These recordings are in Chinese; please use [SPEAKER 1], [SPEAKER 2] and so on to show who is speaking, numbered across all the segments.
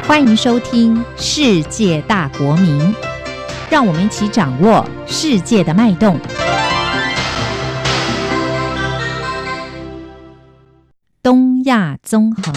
[SPEAKER 1] 欢迎收听《世界大国民》，让我们一起掌握世界的脉动。东亚纵横。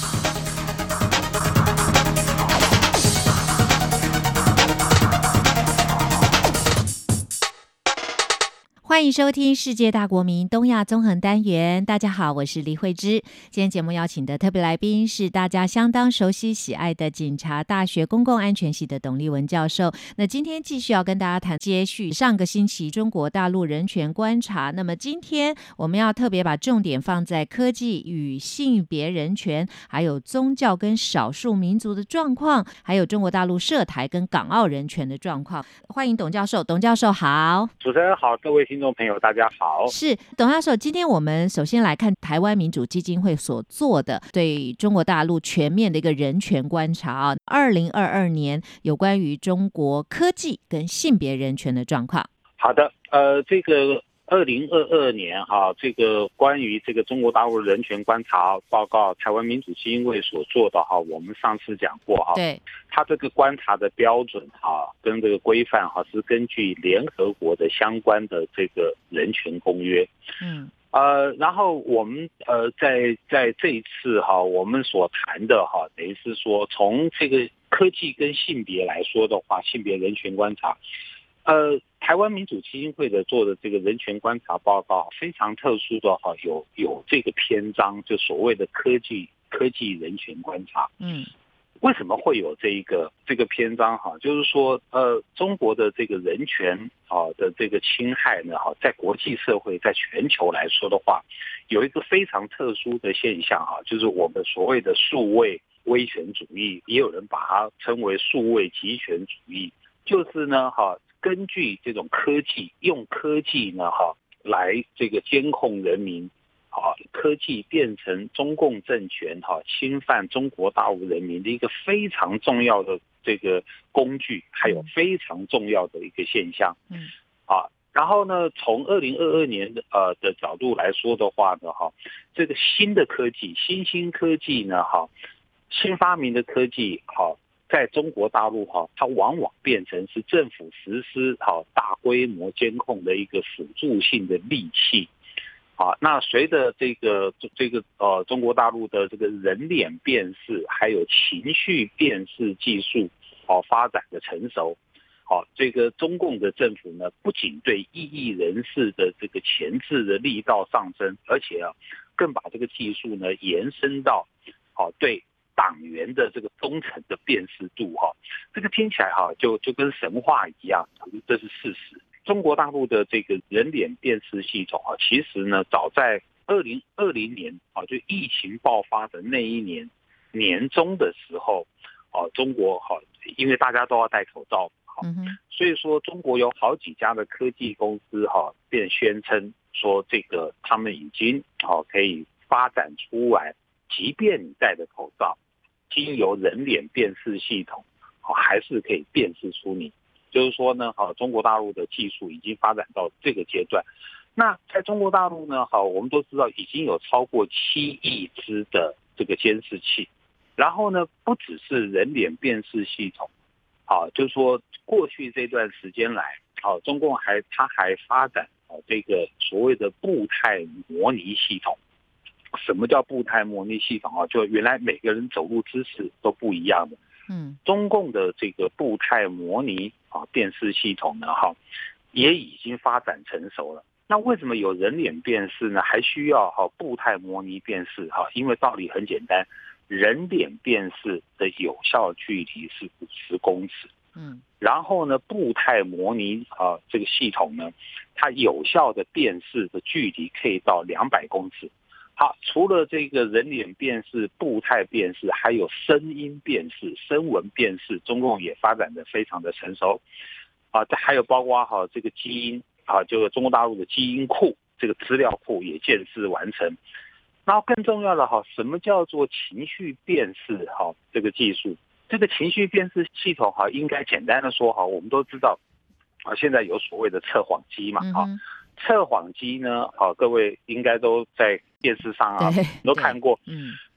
[SPEAKER 1] 欢迎收听世界大国民东亚纵横单元。大家好，我是李慧芝。今天节目邀请的特别来宾是大家相当熟悉喜爱的警察大学公共安全系的董立文教授。那今天继续要跟大家谈接续上个星期中国大陆人权观察，那么今天我们要特别把重点放在科技与性别人权，还有宗教跟少数民族的状况，还有中国大陆涉台跟港澳人权的状况。欢迎董教授。董教授好。
[SPEAKER 2] 主持人好，各位听众朋友大家好。
[SPEAKER 1] 是董教授，今天我们首先来看台湾民主基金会所做的对中国大陆全面的一个人权观察啊，2022年有关于中国科技跟性别人权的状况。
[SPEAKER 2] 好的，这个2022年这个关于这个中国大陆人权观察报告，台湾民主基金会所做的我们上次讲过
[SPEAKER 1] 对，
[SPEAKER 2] 它这个观察的标准跟这个规范是根据联合国的相关的这个人权公约。然后我们在这一次我们所谈的等于是说从这个科技跟性别来说的话，性别人权观察。台湾民主基金会的做的这个人权观察报告非常特殊的有这个篇章，就所谓的科技人权观察。为什么会有这个篇章就是说中国的这个人权的这个侵害呢在国际社会在全球来说的话，有一个非常特殊的现象就是我们所谓的数位威权主义，也有人把它称为数位极权主义，就是呢根据这种科技，用科技呢来这个监控人民，科技变成中共政权侵犯中国大陆人民的一个非常重要的这个工具，还有非常重要的一个现象。然后呢，从2022年的角度来说的话呢这个新的科技，新兴科技呢新发明的科技在中国大陆它往往变成是政府实施大规模监控的一个辅助性的利器。那随着这个中国大陆的这个人脸辨识还有情绪辨识技术发展的成熟，这个中共的政府呢不仅对异议人士的这个钳制的力道上升，而且更把这个技术呢延伸到对党员的这个忠诚的辨识度这个听起来就跟神话一样，这是事实。中国大陆的这个人脸辨识系统其实呢早在2020年就疫情爆发的那一年年中的时候中国因为大家都要戴口罩所以说中国有好几家的科技公司便宣称说这个他们已经可以发展出来，即便你戴着口罩，经由人脸辨识系统还是可以辨识出你。就是说呢中国大陆的技术已经发展到这个阶段。那在中国大陆呢我们都知道已经有超过7亿只的这个监视器，然后呢不只是人脸辨识系统就是说过去这段时间来中共它还发展这个所谓的步态模拟系统。什么叫步态模拟系统就原来每个人走路姿势都不一样的。中共的这个步态模拟辨识系统呢也已经发展成熟了。那为什么有人脸辨识呢？还需要步态模拟辨识因为道理很简单，人脸辨识的有效距离是50公尺。然后呢步态模拟这个系统呢，它有效的辨识的距离可以到200公尺。除了这个人脸辨识、步态辨识，还有声音辨识、声纹辨识，中共也发展的非常的成熟。还有包括这个基因就是中国大陆的基因库，这个资料库也建制完成。然后更重要的什么叫做情绪辨识这个技术？这个情绪辨识系统应该简单的说我们都知道现在有所谓的测谎机嘛测谎机呢各位应该都在电视上都看过。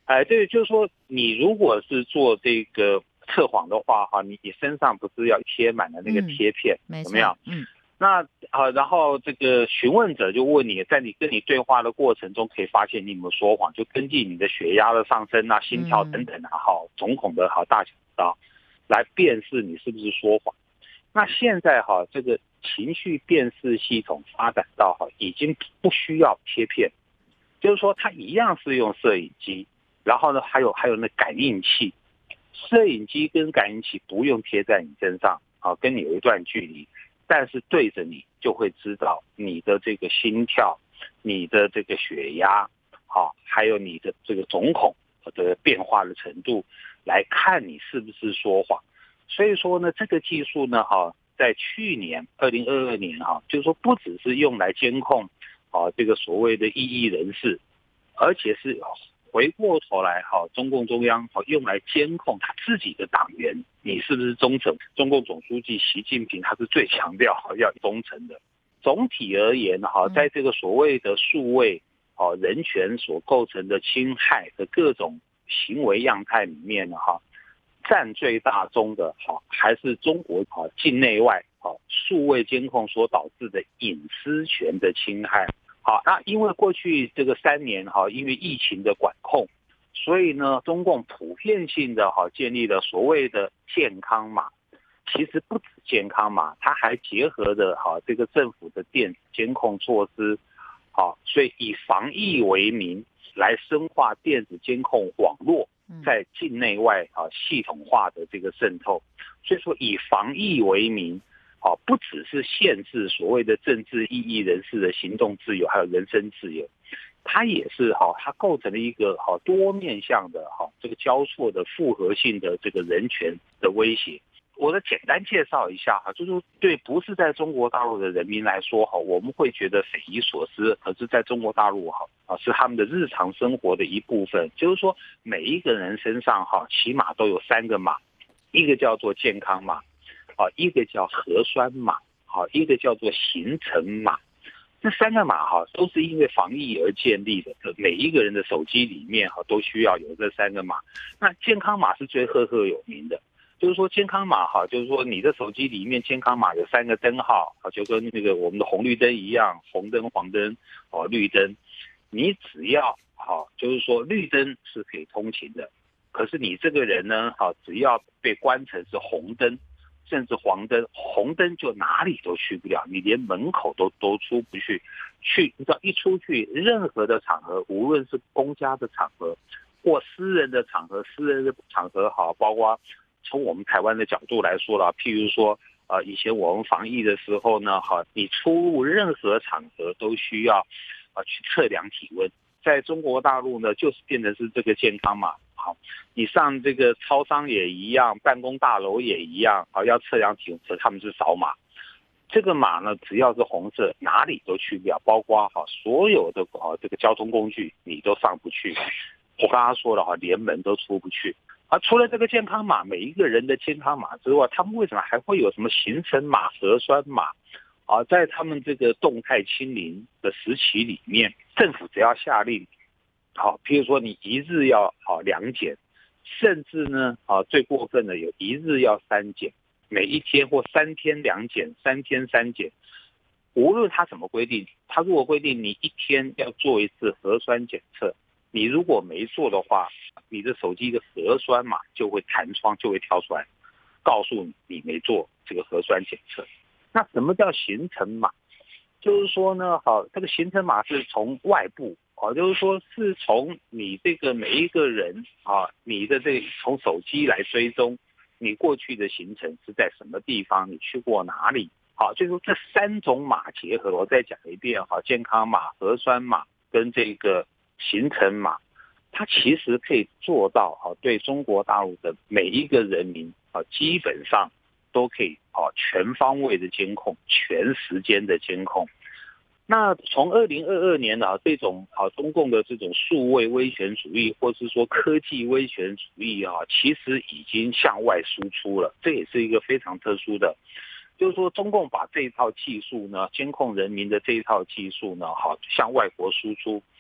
[SPEAKER 2] 对，就是说你如果是做这个测谎的话哈，你身上不是要贴满了那个贴片，有没有？那然后这个询问者就问你，在你跟你对话的过程中，可以发现你有没有说谎，就根据你的血压的上升啊、心跳等等啊，瞳孔的大小来辨识你是不是说谎。那现在这个情绪辨识系统发展到已经不需要贴片，就是说它一样是用摄影机，然后呢还有那感应器，摄影机跟感应器不用贴在你身上，跟你有一段距离。但是对着你就会知道你的这个心跳、你的这个血压，还有你的这个瞳孔的变化的程度，来看你是不是说谎。所以说呢，这个技术呢，在去年2022年就是说不只是用来监控这个所谓的异议人士，而且是回过头来中共中央用来监控他自己的党员，你是不是忠诚？中共总书记习近平他是最强调要忠诚的。总体而言在这个所谓的数位人权所构成的侵害的各种行为样态里面呢占最大宗的还是中国境内外数位监控所导致的隐私权的侵害。那因为过去这个3年因为疫情的管控，所以呢，中共普遍性的建立了所谓的健康码。其实不止健康码，它还结合着这个政府的电子监控措施，所以以防疫为名来深化电子监控网络在境内外系统化的这个渗透。所以说以防疫为名，不只是限制所谓的政治异议人士的行动自由还有人身自由，它也是它构成了一个多面向的这个交错的复合性的这个人权的威胁。我的简单介绍一下就是对不是在中国大陆的人民来说我们会觉得匪夷所思，可是在中国大陆是他们的日常生活的一部分。就是说每一个人身上起码都有3个码，一个叫做健康码，一个叫核酸码，一个叫做行程码。这3个码都是因为防疫而建立的，每一个人的手机里面都需要有这3个码。那健康码是最赫赫有名的，就是说健康码就是说你的手机里面健康码有3个灯号，就跟那个我们的红绿灯一样，红灯、黄灯、绿灯。你只要就是说绿灯是可以通行的，可是你这个人呢只要被关成是红灯甚至黄灯，红灯就哪里都去不了，你连门口都出不去。你知道一出去任何的场合，无论是公家的场合或私人的场合，包括从我们台湾的角度来说了，譬如说以前我们防疫的时候呢你出入任何场合都需要去测量体温。在中国大陆呢，就是变成是这个健康码。你上这个超商也一样，办公大楼也一样，要测量体温，他们是扫码。这个码呢，只要是红色，哪里都去不了，包括所有的这个交通工具你都上不去。我刚刚说了连门都出不去。除了这个健康码，每一个人的健康码之外，他们为什么还会有什么行程码、核酸码？在他们这个动态清零的时期里面，政府只要下令，譬如说你1日要2检，甚至呢最过分的有1日要3检，每一天或3天2检、3天3检。无论他怎么规定，他如果规定你1天要做1次核酸检测，你如果没做的话，你的手机的核酸码就会弹窗，就会跳出来告诉你没做这个核酸检测。那什么叫行程码？就是说呢这个行程码是从外部就是说是从你这个每一个人你的从手机来追踪你过去的行程是在什么地方，你去过哪里。就是说这3种码结合，我再讲一遍健康码、核酸码跟这个行程码，它其实可以做到对中国大陆的每一个人民基本上都可以全方位的监控，全时间的监控。那从2022年这种中共的这种数位威权主义，或是说科技威权主义其实已经向外输出了。这也是一个非常特殊的，就是说中共把这一套技术呢，监控人民的这一套技术呢向外国输出。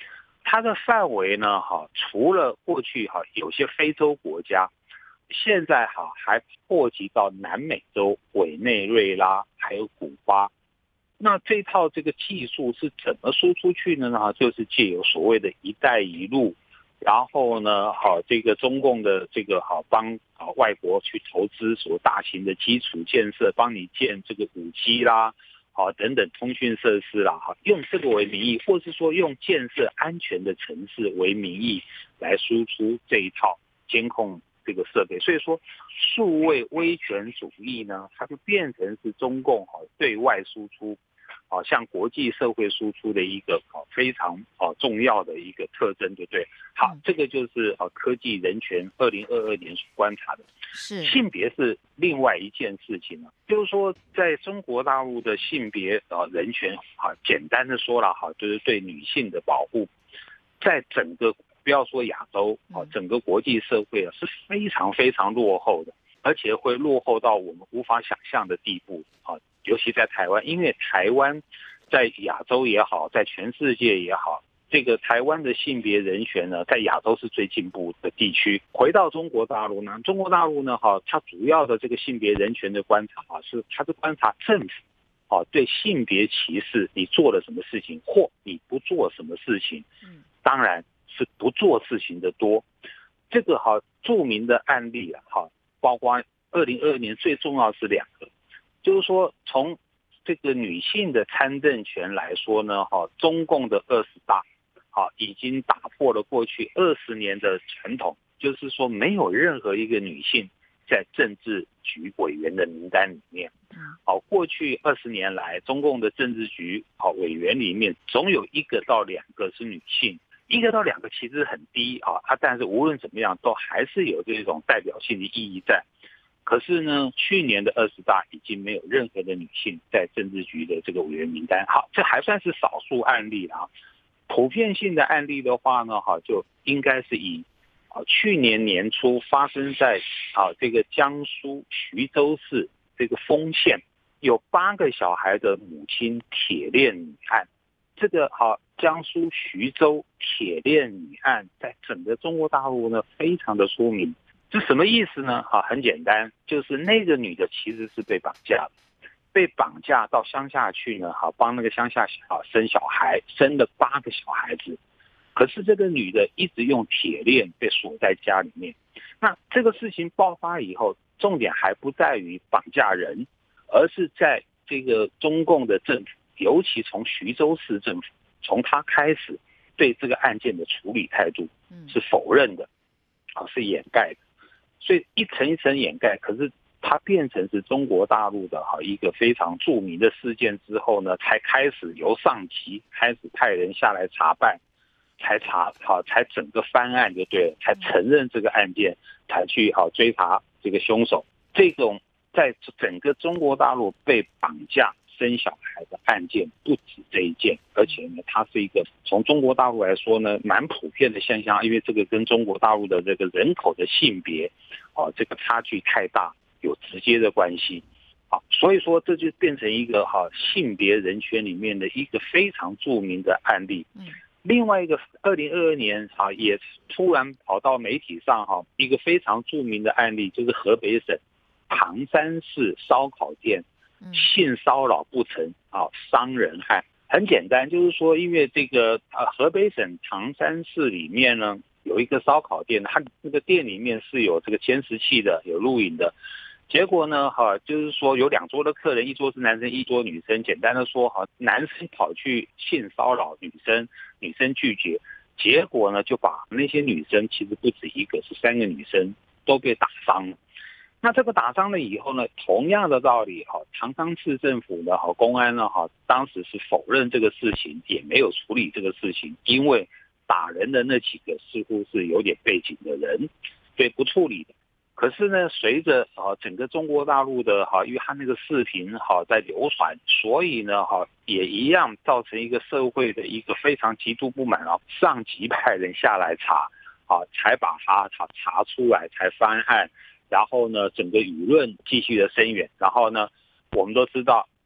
[SPEAKER 2] 它的范围呢，除了过去有些非洲国家，现在还波及到南美洲、委内瑞拉还有古巴。那这套这个技术是怎么输出去的呢？就是借由所谓的一带一路，然后呢，这个中共的这个帮外国去投资所大型的基础建设，帮你建这个5G啦，等等通讯设施啦，用这个为名义，或是说用建设安全的城市为名义来输出这一套监控这个设备。所以说，数位威权主义呢，它就变成是中共对外输出，向国际社会输出的一个非常重要的一个特征，对不对？好，这个就是科技人权2022年所观察的。
[SPEAKER 1] 是
[SPEAKER 2] 性别是另外一件事情了，就是说在中国大陆的性别人权简单的说了就是对女性的保护，在整个不要说亚洲整个国际社会是非常非常落后的，而且会落后到我们无法想象的地步尤其在台湾，因为台湾在亚洲也好，在全世界也好，这个台湾的性别人权呢，在亚洲是最进步的地区。回到中国大陆呢，中国大陆呢，它主要的这个性别人权的观察它是观察政府对性别歧视你做了什么事情，或你不做什么事情，当然是不做事情的多。这个著名的案例包括2022年最重要是2个，就是说从这个女性的参政权来说呢，中共的20大已经打破了过去20年的传统，就是说没有任何一个女性在政治局委员的名单里面。过去20年来，中共的政治局委员里面总有1个到2个是女性，1个到2个其实很低但是无论怎么样都还是有这种代表性的意义在。可是呢，去年的20大已经没有任何的女性在政治局的这个委员名单。好，这还算是少数案例了普遍性的案例的话呢，就应该是以去年年初发生在这个江苏徐州市这个丰县有8个小孩的母亲铁链女案。这个江苏徐州铁链女案在整个中国大陆呢非常的出名。这什么意思呢？很简单，就是那个女的其实是被绑架的，被绑架到乡下去呢，帮那个乡下生小孩，生了8个小孩子。可是这个女的一直用铁链被锁在家里面。那这个事情爆发以后，重点还不在于绑架人，而是在这个中共的政府，尤其从徐州市政府，从他开始对这个案件的处理态度是否认的，是掩盖的。所以一层一层掩盖，可是它变成是中国大陆的一个非常著名的事件之后呢，才开始由上级开始派人下来查办，才整个翻案就对了，才承认这个案件，才去追查这个凶手。这种在整个中国大陆被绑架生小孩的案件不止这一件，而且呢，它是一个从中国大陆来说呢蛮普遍的现象，因为这个跟中国大陆的这个人口的性别这个差距太大有直接的关系。所以说这就变成一个性别人权里面的一个非常著名的案例。另外一个2022年也突然跑到媒体上一个非常著名的案例，就是河北省唐山市烧烤店性骚扰不成伤人害。很简单，就是说因为这个河北省唐山市里面呢有一个烧烤店，它这个店里面是有这个监视器的，有录影的。结果呢就是说有2桌的客人，一桌是男生，一桌女生。简单的说男生跑去性骚扰女生，女生拒绝，结果呢就把那些女生，其实不止1个，是3个女生都被打伤了。那这个打伤了以后呢，同样的道理唐山市政府呢公安呢当时是否认这个事情，也没有处理这个事情，因为打人的那几个似乎是有点背景的人，对，不处理的。可是呢，随着整个中国大陆的因为他那个视频在流传，所以呢也一样造成一个社会的一个非常极度不满，上级派人下来查才把他查出来，才翻案。然后呢，整个舆论继续的声援。然后呢，我们都知道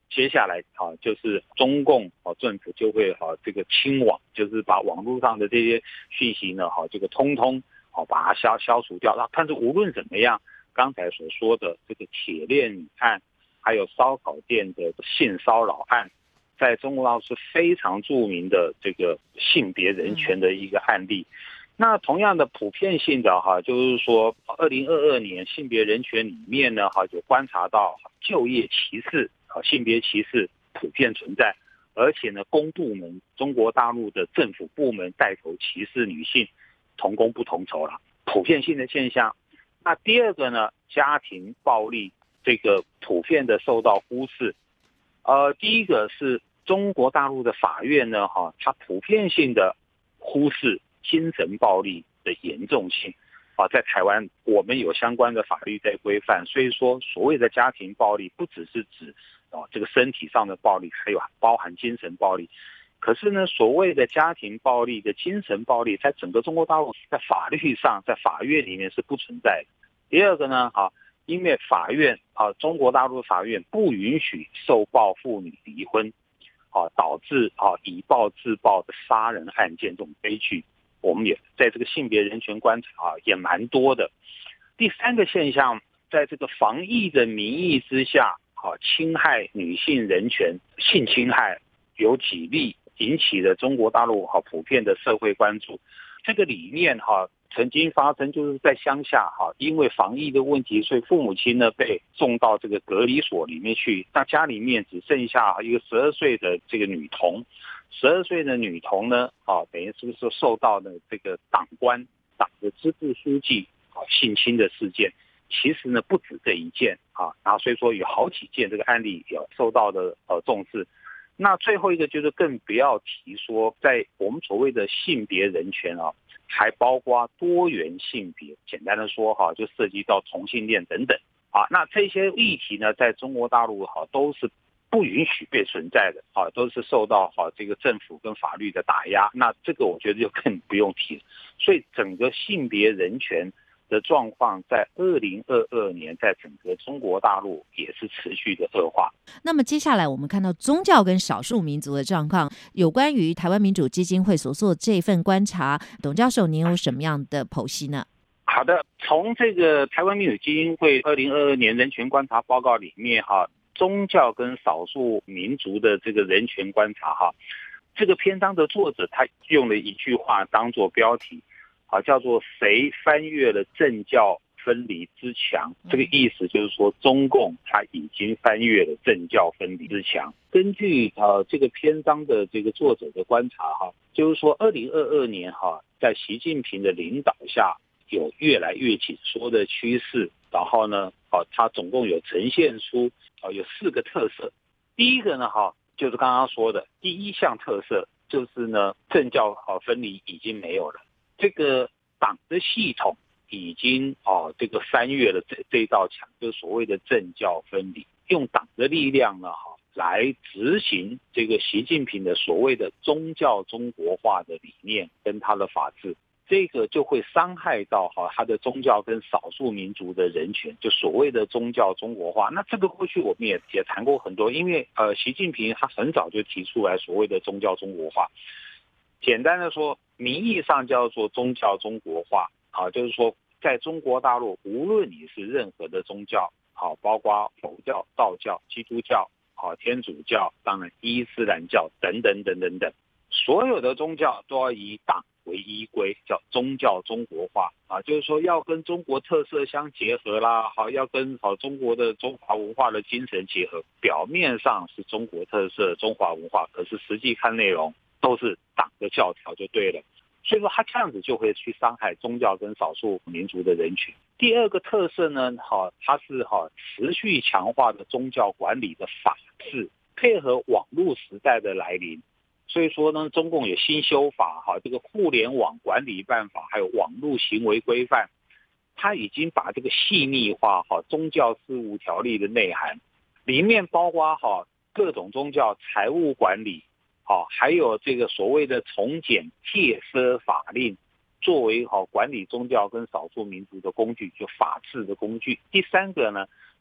[SPEAKER 2] 接下来就是中共政府就会这个清网，就是把网络上的这些讯息呢这个通通把它消除掉。但是无论怎么样，刚才所说的这个铁链女案，还有烧烤店的性骚扰案，在中国大陆是非常著名的这个性别人权的一个案例。那同样的普遍性的就是说2022年性别人权里面呢就观察到就业歧视性别歧视普遍存在，而且呢公部门中国大陆的政府部门带头歧视女性，同工不同酬了，普遍性的现象。那第二个呢，家庭暴力这个普遍的受到忽视。第一个是中国大陆的法院呢它普遍性的忽视精神暴力的严重性在台湾我们有相关的法律在规范，所以说所谓的家庭暴力不只是指这个身体上的暴力，还有包含精神暴力。可是呢，所谓的家庭暴力的精神暴力，在整个中国大陆在法律上，在法院里面是不存在的。第二个呢因为法院中国大陆法院不允许受暴妇女离婚导致以暴制暴的杀人案件这种悲剧，我们也在这个性别人权观察也蛮多的。第三个现象，在这个防疫的名义之下侵害女性人权，性侵害有几例引起了中国大陆普遍的社会关注。这个里面曾经发生，就是在乡下因为防疫的问题，所以父母亲呢被送到这个隔离所里面去，那家里面只剩下一个12岁的这个女童。12岁的女童呢等于是说受到的这个党的支部书记性侵的事件。其实呢不止这一件然后所以说有好几件这个案例有受到的重视。那最后一个就是更不要提说，在我们所谓的性别人权还包括多元性别，简单的说就涉及到同性恋等等那这些议题呢，在中国大陆都是不允许被存在的都是受到这个政府跟法律的打压。那这个我觉得就更不用提了。所以整个性别人权的状况在2022年在整个中国大陆也是持续的恶化。
[SPEAKER 1] 那么接下来我们看到宗教跟少数民族的状况，有关于台湾民主基金会所做这份观察，董教授您有什么样的剖析呢？
[SPEAKER 2] 好的，从这个台湾民主基金会2022年人权观察报告里面宗教跟少数民族的这个人权观察这个篇章的作者他用了一句话当做标题叫做谁翻越了政教分离之墙。这个意思就是说中共它已经翻越了政教分离之墙。根据这个篇章的这个作者的观察就是说2022年在习近平的领导下有越来越紧缩的趋势。然后呢它总共有呈现出有4个特色。第一个呢就是刚刚说的第一项特色，就是呢政教分离已经没有了。这个党的系统已经这个翻越了这道墙，就是所谓的政教分离，用党的力量呢来执行这个习近平的所谓的宗教中国化的理念跟他的法治。这个就会伤害到他的宗教跟少数民族的人权，就所谓的宗教中国化。那这个过去我们也谈过很多，因为习近平他很早就提出来所谓的宗教中国化。简单的说，名义上叫做宗教中国化就是说在中国大陆无论你是任何的宗教包括佛教、道教、基督教天主教，当然伊斯兰教等等等等等，所有的宗教都要以党为依归，叫宗教中国化就是说要跟中国特色相结合啦要跟中国的中华文化的精神结合。表面上是中国特色中华文化，可是实际看内容都是党的教条就对了。所以说他这样子就会去伤害宗教跟少数民族的人群。第二个特色呢它是持续强化的宗教管理的法治，配合网络时代的来临。所以说呢，中共有新修法这个互联网管理办法，还有网络行为规范，它已经把这个细腻化宗教事务条例的内涵，里面包括各种宗教财务管理还有这个所谓的从简戒奢法令，作为管理宗教跟少数民族的工具，就法治的工具。第三个呢，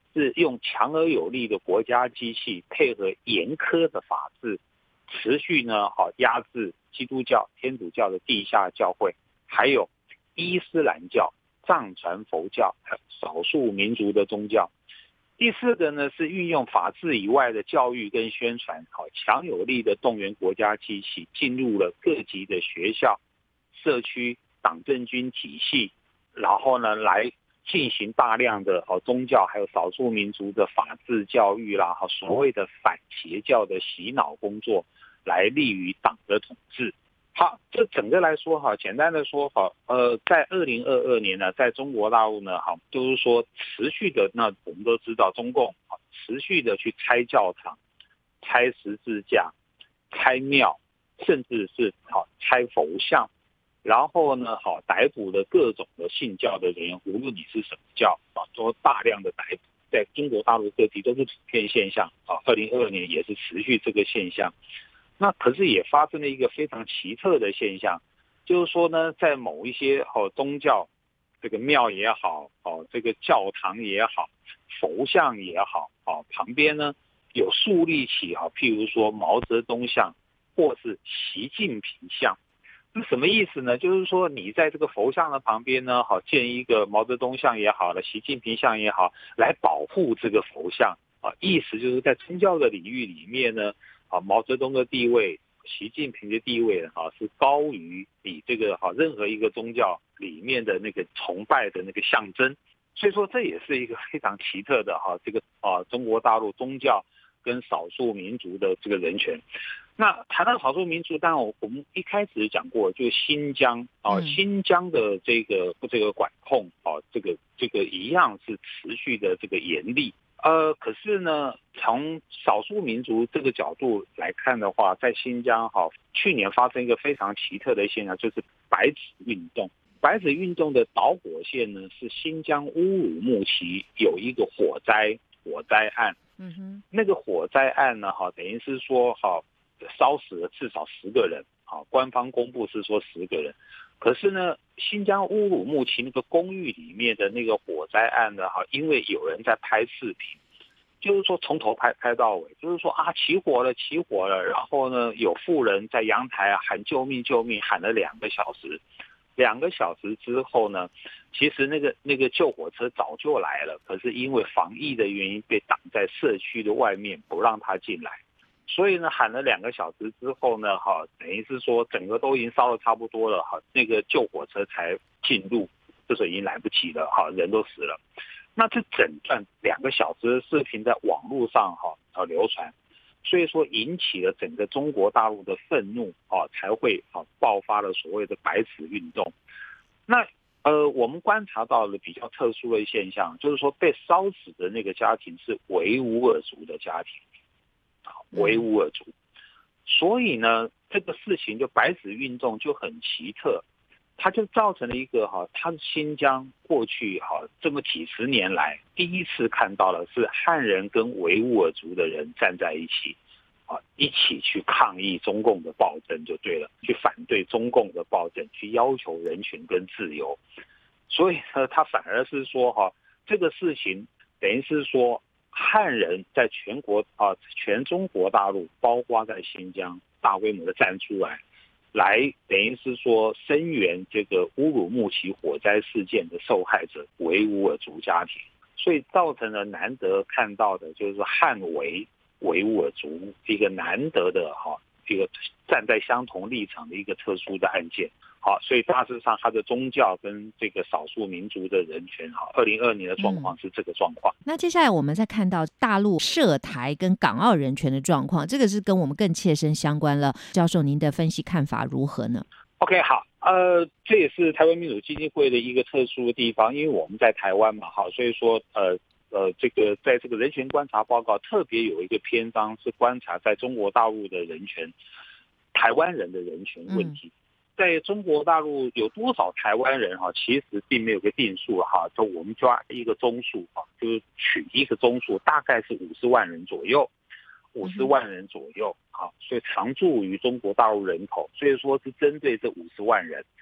[SPEAKER 2] 是用强而有力的国家机器配合严苛的法治，持续呢压制基督教、天主教的地下教会，还有伊斯兰教、藏传佛教，还有少数民族的宗教。第四个呢是运用法治以外的教育跟宣传，强有力的动员国家机器进入了各级的学校、社区、党政军体系，然后呢来进行大量的宗教还有少数民族的法治教育啦，所谓的反邪教的洗脑工作，来利于党的统治。好，这整个来说简单的说在2022年呢，在中国大陆呢就是说持续的，那我们都知道中共持续的去拆教堂、拆十字架、拆庙，甚至是拆佛像，然后呢逮捕的各种的信教的人员，无论你是什么教都大量的逮捕，在中国大陆各地都是普遍现象2022年也是持续这个现象。那可是也发生了一个非常奇特的现象，就是说呢，在某一些宗教，这个庙也好，这个教堂也好，佛像也好，旁边呢有树立起譬如说毛泽东像或是习近平像。那什么意思呢？就是说你在这个佛像的旁边呢建一个毛泽东像也好了，习近平像也好，来保护这个佛像意思就是在宗教的领域里面呢毛泽东的地位、习近平的地位是高于你这个任何一个宗教里面的那个崇拜的那个象征。所以说这也是一个非常奇特的这个中国大陆宗教跟少数民族的这个人权。那谈到少数民族，当然我们一开始讲过，就是新疆新疆的这个管控这个一样是持续的这个严厉。可是呢，从少数民族这个角度来看的话，在新疆去年发生一个非常奇特的现象，就是白纸运动。白纸运动的导火线呢，是新疆乌鲁木齐有一个火灾案。那个火灾案呢，等于是说烧死了至少10个人，官方公布是说10个人。可是呢，新疆乌鲁木齐那个公寓里面的那个火灾案呢，因为有人在拍视频，就是说从头拍到尾，就是说起火了，然后呢有妇人在阳台喊救命，喊了2个小时。2个小时之后呢，其实那个救火车早就来了，可是因为防疫的原因被挡在社区的外面，不让他进来。所以呢，喊了2个小时之后呢，等于是说整个都已经烧得差不多了，那个救火车才进入，这时候已经来不及了，人都死了。那这整段2个小时的视频在网络上流传，所以说引起了整个中国大陆的愤怒才会爆发了所谓的白纸运动。那我们观察到了比较特殊的现象，就是说被烧死的那个家庭是维吾尔族的家庭。维吾尔族，所以呢，这个事情就白纸运动就很奇特，它就造成了一个它是新疆过去这么几十年来第一次看到了是汉人跟维吾尔族的人站在一起，一起去抗议中共的暴政就对了，去反对中共的暴政，去要求人权跟自由。所以呢，他反而是说这个事情等于是说。汉人在全中国大陆，包括在新疆，大规模的站出来等于是说声援这个乌鲁木齐火灾事件的受害者维吾尔族家庭，所以造成了难得看到的就是汉维吾尔族一个难得的这个站在相同立场的一个特殊的案件。所以大致上它的宗教跟这个少数民族的人权2022年的状况是这个状况。
[SPEAKER 1] 那接下来我们再看到大陆涉台跟港澳人权的状况，这个是跟我们更切身相关了。教授，您的分析看法如何呢？
[SPEAKER 2] OK， 好，这也是台湾民主基金会的一个特殊的地方，因为我们在台湾嘛，所以说这个在这个人权观察报告特别有一个篇章是观察在中国大陆的人权，台湾人的人权问题。在中国大陆有多少台湾人其实并没有个定数就我们抓一个中数就是取一个中数，大概是50万人左右，50万人左右所以常住于中国大陆人口，所以说是针对这50万人。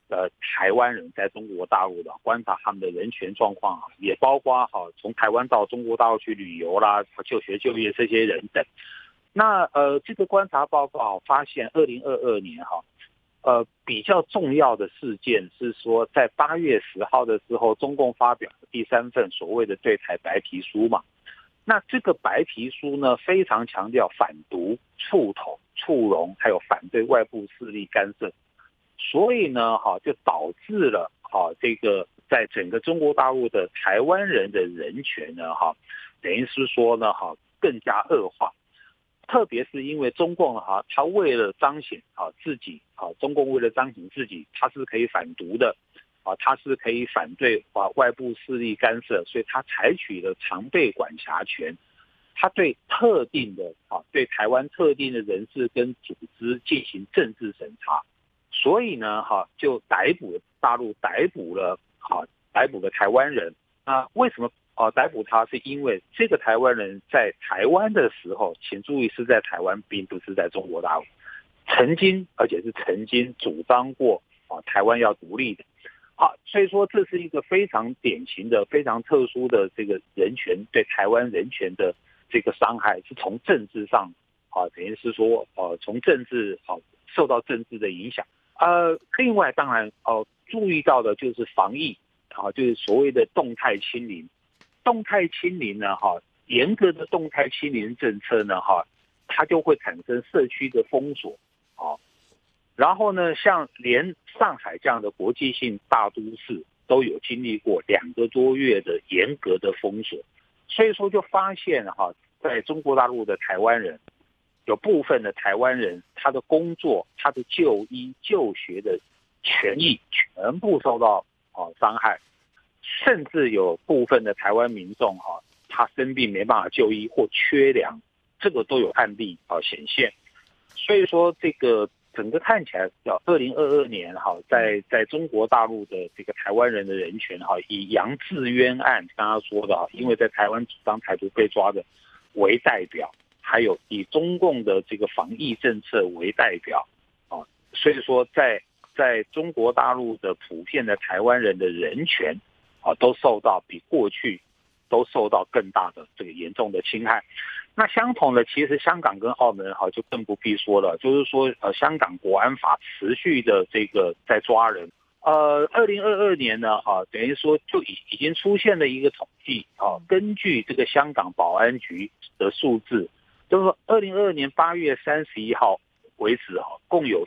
[SPEAKER 2] 台湾人在中国大陆的观察他们的人权状况，也包括从台湾到中国大陆去旅游啦、就学就业这些人等。那这个观察报告发现，2022年比较重要的事件是说，在8月10号的时候，中共发表第3份所谓的对台白皮书嘛。那这个白皮书呢，非常强调反独、促统、促融，还有反对外部势力干涉。所以呢，就导致了这个在整个中国大陆的台湾人的人权呢，等于是说呢，更加恶化。特别是因为中共他为了彰显自己中共为了彰显自己，他是可以反独的他是可以反对外部势力干涉，所以他采取了常备管辖权，他对特定的对台湾特定的人士跟组织进行政治审查。所以呢就逮捕大陆逮捕了台湾人。为什么逮捕他？是因为这个台湾人在台湾的时候，请注意是在台湾，并不是在中国大陆，曾经主张过台湾要独立的。所以说这是一个非常典型的、非常特殊的这个人权对台湾人权的这个伤害，是从政治上等于是说从政治受到政治的影响。另外当然注意到的就是防疫就是所谓的动态清零。动态清零呢严格的动态清零政策呢它就会产生社区的封锁然后呢，像连上海这样的国际性大都市都有经历过2个多月的严格的封锁。所以说就发现在中国大陆的台湾人，有部分的台湾人他的工作、他的就医就学的权益全部受到伤害，甚至有部分的台湾民众他生病没办法就医或缺粮，这个都有案例显现。所以说这个整个看起来2022年在中国大陆的这个台湾人的人权以杨志渊案刚刚说的因为在台湾主张台独被抓的为代表，还有以中共的这个防疫政策为代表所以说在中国大陆的普遍的台湾人的人权都受到比过去都受到更大的这个严重的侵害。那相同的，其实香港跟澳门就更不必说了，就是说香港国安法持续的这个在抓人。2022年呢等于说就已经出现了一个统计根据这个香港保安局的数字，就是说2022年8月31号为止共有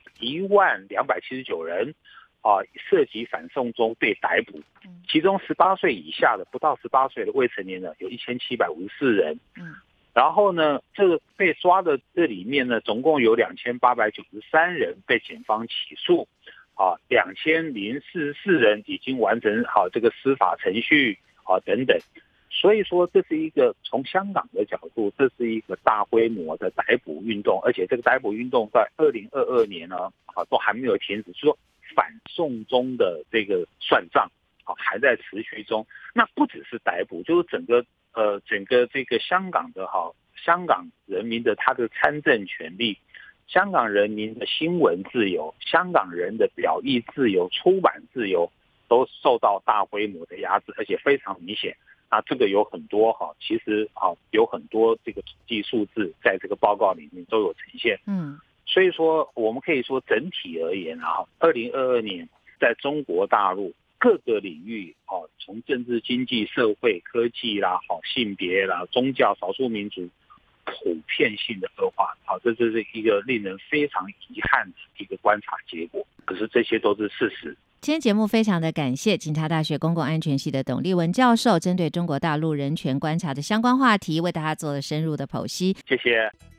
[SPEAKER 2] 10279人涉及反送中被逮捕，其中18岁以下的不到18岁的未成年人有1754人。然后呢，这个被抓的这里面呢，总共有2893人被检方起诉，2044人已经完成这个司法程序等等。所以说这是一个从香港的角度，这是一个大规模的逮捕运动，而且这个逮捕运动在2022年呢都还没有停止，说反送中的这个算账还在持续中。那不只是逮捕，就是整个这个香港人民的他的参政权利，香港人民的新闻自由，香港人的表意自由、出版自由都受到大规模的压制，而且非常明显。那这个有很多其实有很多这个统计数字在这个报告里面都有呈现。所以说我们可以说整体而言2022年在中国大陆各个领域从政治、经济、社会、科技啦性别啦、宗教、少数民族普遍性的恶化这是一个令人非常遗憾的一个观察结果，可是这些都是事实。
[SPEAKER 1] 今天节目非常的感谢警察大学公共安全系的董立文教授针对中国大陆人权观察的相关话题为大家做了深入的剖析，
[SPEAKER 2] 谢谢。